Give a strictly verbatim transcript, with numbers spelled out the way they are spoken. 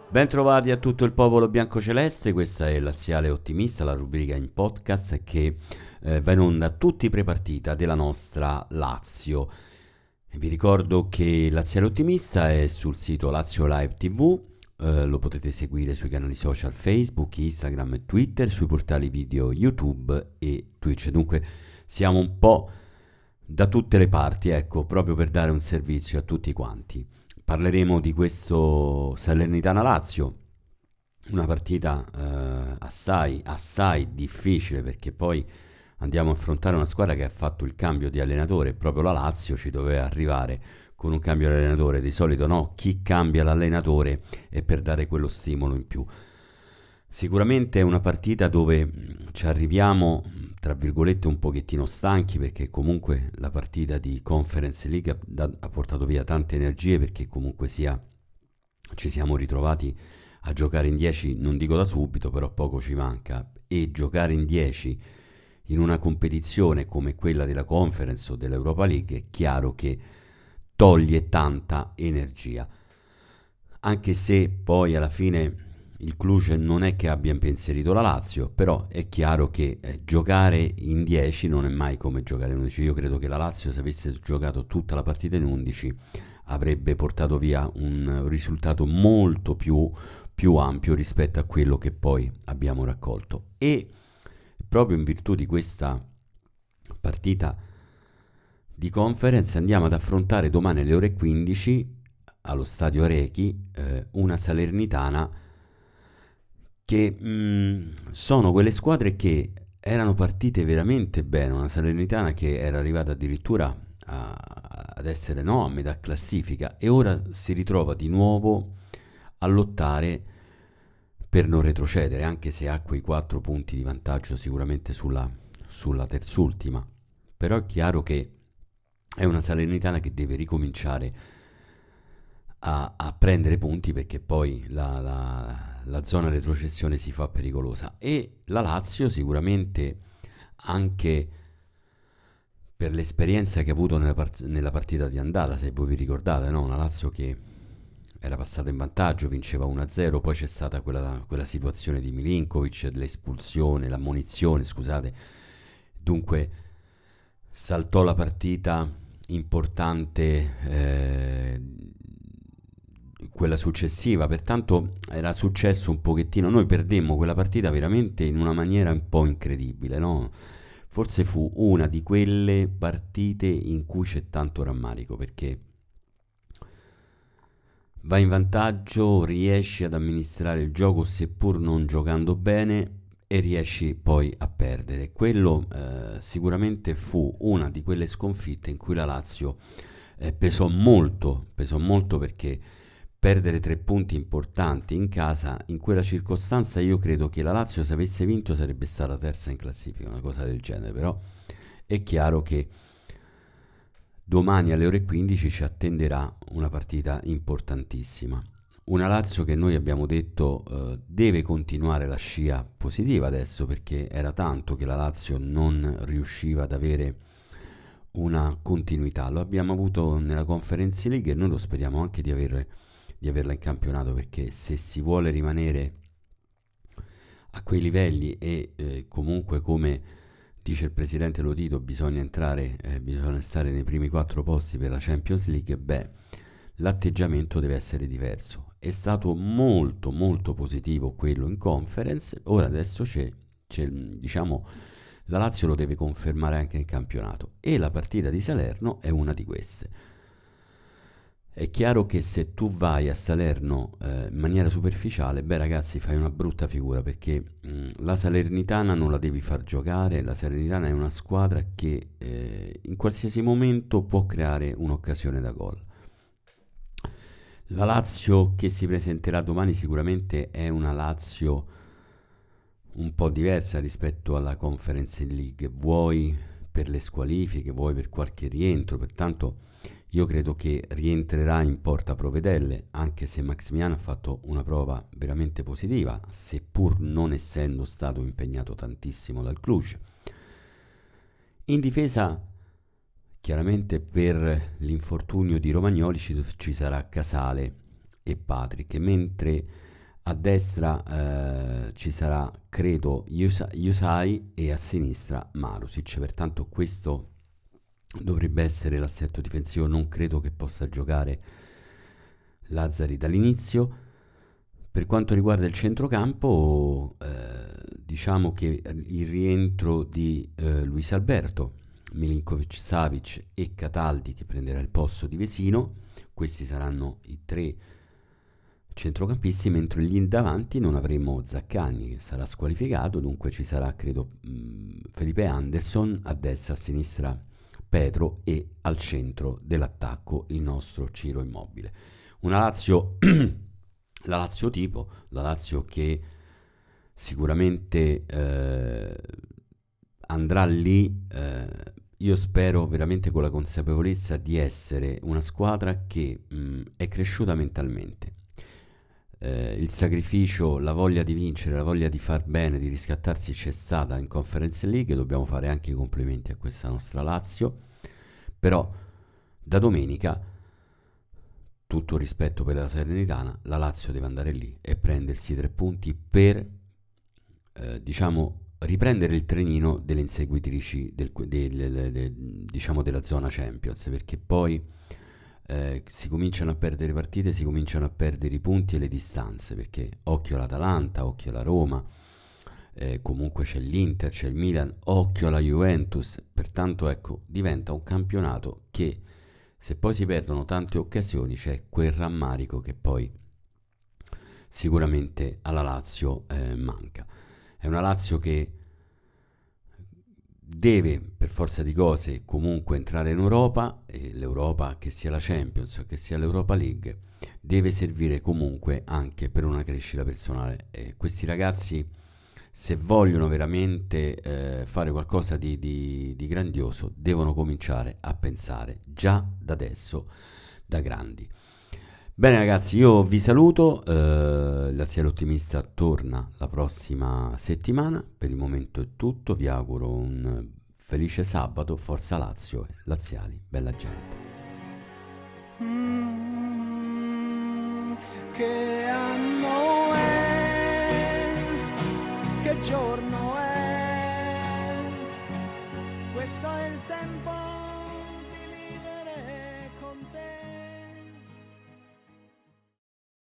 Bentrovati a tutto il popolo biancoceleste, questa è Laziale Ottimista, la rubrica in podcast che eh, va in onda tutti i prepartita della nostra Lazio. Vi ricordo che Laziale Ottimista è sul sito Lazio Live ti vu, eh, lo potete seguire sui canali social Facebook, Instagram e Twitter, sui portali video YouTube e Twitch. Dunque siamo un po' da tutte le parti, ecco, proprio per dare un servizio a tutti quanti. Parleremo di questo Salernitana-Lazio, una partita eh, assai, assai difficile perché poi andiamo a affrontare una squadra che ha fatto il cambio di allenatore, proprio la Lazio ci doveva arrivare con un cambio di allenatore, di solito no, chi cambia l'allenatore è per dare quello stimolo in più. Sicuramente è una partita dove ci arriviamo, tra virgolette, un pochettino stanchi perché comunque la partita di Conference League ha, ha portato via tante energie perché comunque sia ci siamo ritrovati a giocare in dieci, non dico da subito, però poco ci manca e giocare in dieci in una competizione come quella della Conference o dell'Europa League è chiaro che toglie tanta energia. Anche se poi alla fine il Cluj non è che abbia impensierito la Lazio, però è chiaro che eh, giocare in dieci non è mai come giocare in undici. Io credo che la Lazio, se avesse giocato tutta la partita in undici, avrebbe portato via un risultato molto più, più ampio rispetto a quello che poi abbiamo raccolto. E proprio in virtù di questa partita di Conference andiamo ad affrontare domani alle ore quindici allo stadio Rechi eh, una Salernitana che mh, sono quelle squadre che erano partite veramente bene, una Salernitana che era arrivata addirittura a, ad essere no, a metà classifica e ora si ritrova di nuovo a lottare per non retrocedere, anche se ha quei quattro punti di vantaggio sicuramente sulla, sulla terzultima. Però è chiaro che è una Salernitana che deve ricominciare a, a prendere punti perché poi la, la, la zona retrocessione si fa pericolosa e la Lazio sicuramente anche per l'esperienza che ha avuto nella, part- nella partita di andata, se voi vi ricordate, no? Una Lazio che era passata in vantaggio, vinceva uno a zero, poi c'è stata quella, quella situazione di Milinkovic, l'espulsione, l'ammonizione, scusate, dunque saltò la partita importante eh, quella successiva, pertanto era successo un pochettino, noi perdemmo quella partita veramente in una maniera un po' incredibile, no? Forse fu una di quelle partite in cui c'è tanto rammarico perché vai in vantaggio, riesci ad amministrare il gioco seppur non giocando bene e riesci poi a perdere. Quello eh, sicuramente fu una di quelle sconfitte in cui la Lazio eh, pesò molto, pesò molto perché perdere tre punti importanti in casa, in quella circostanza io credo che la Lazio se avesse vinto sarebbe stata terza in classifica, una cosa del genere, però è chiaro che domani alle ore quindici ci attenderà una partita importantissima. Una Lazio che noi abbiamo detto eh, deve continuare la scia positiva adesso perché era tanto che la Lazio non riusciva ad avere una continuità. Lo abbiamo avuto nella Conference League e noi lo speriamo anche di, aver, di averla in campionato perché se si vuole rimanere a quei livelli e eh, comunque come dice il presidente Lotito bisogna entrare, eh, bisogna stare nei primi quattro posti per la Champions League, beh, l'atteggiamento deve essere diverso. È stato molto molto positivo quello in conference, ora adesso c'è, c'è diciamo, la Lazio lo deve confermare anche in campionato e la partita di Salerno è una di queste. È chiaro che se tu vai a Salerno eh, in maniera superficiale, beh ragazzi fai una brutta figura perché mh, la Salernitana non la devi far giocare, la Salernitana è una squadra che eh, in qualsiasi momento può creare un'occasione da gol. La Lazio che si presenterà domani sicuramente è una Lazio un po' diversa rispetto alla Conference League, vuoi per le squalifiche, vuoi per qualche rientro, pertanto io credo che rientrerà in porta Provedelle, anche se Maximiano ha fatto una prova veramente positiva, seppur non essendo stato impegnato tantissimo dal Cluj. In difesa, chiaramente per l'infortunio di Romagnoli ci, ci sarà Casale e Patrick, mentre a destra eh, ci sarà, credo, Yusa- Yusai e a sinistra Marusic, pertanto questo dovrebbe essere l'assetto difensivo. Non credo che possa giocare Lazzari dall'inizio. Per quanto riguarda il centrocampo, eh, diciamo che il rientro di eh, Luis Alberto, Milinkovic-Savic e Cataldi, che prenderà il posto di Vesino, questi saranno i tre centrocampisti, mentre lì davanti non avremo Zaccagni, che sarà squalificato, dunque ci sarà, credo, mh, Felipe Anderson, a destra, a sinistra Pedro e al centro dell'attacco il nostro Ciro Immobile. Una Lazio, la Lazio tipo, la Lazio che sicuramente eh, andrà lì, eh, io spero veramente con la consapevolezza di essere una squadra che mh, è cresciuta mentalmente. Eh, il sacrificio, la voglia di vincere, la voglia di far bene, di riscattarsi c'è stata in Conference League, dobbiamo fare anche i complimenti a questa nostra Lazio, però da domenica, tutto rispetto per la Salernitana, la Lazio deve andare lì e prendersi tre punti per, eh, diciamo, riprendere il trenino delle inseguitrici del, del, del, del, diciamo della zona Champions, perché poi eh, si cominciano a perdere partite, si cominciano a perdere i punti e le distanze, perché occhio all'Atalanta, occhio alla Roma, eh, comunque c'è l'Inter, c'è il Milan, occhio alla Juventus, pertanto ecco, diventa un campionato che, se poi si perdono tante occasioni, c'è quel rammarico che poi sicuramente alla Lazio eh, manca. È una Lazio che deve per forza di cose comunque entrare in Europa, e l'Europa, che sia la Champions, che sia l'Europa League, deve servire comunque anche per una crescita personale. E questi ragazzi, se vogliono veramente eh, fare qualcosa di, di, di grandioso, devono cominciare a pensare già da adesso da grandi. Bene ragazzi, io vi saluto, eh, Laziale Ottimista torna la prossima settimana, per il momento è tutto, vi auguro un felice sabato, forza Lazio e Laziali, bella gente. Mm, che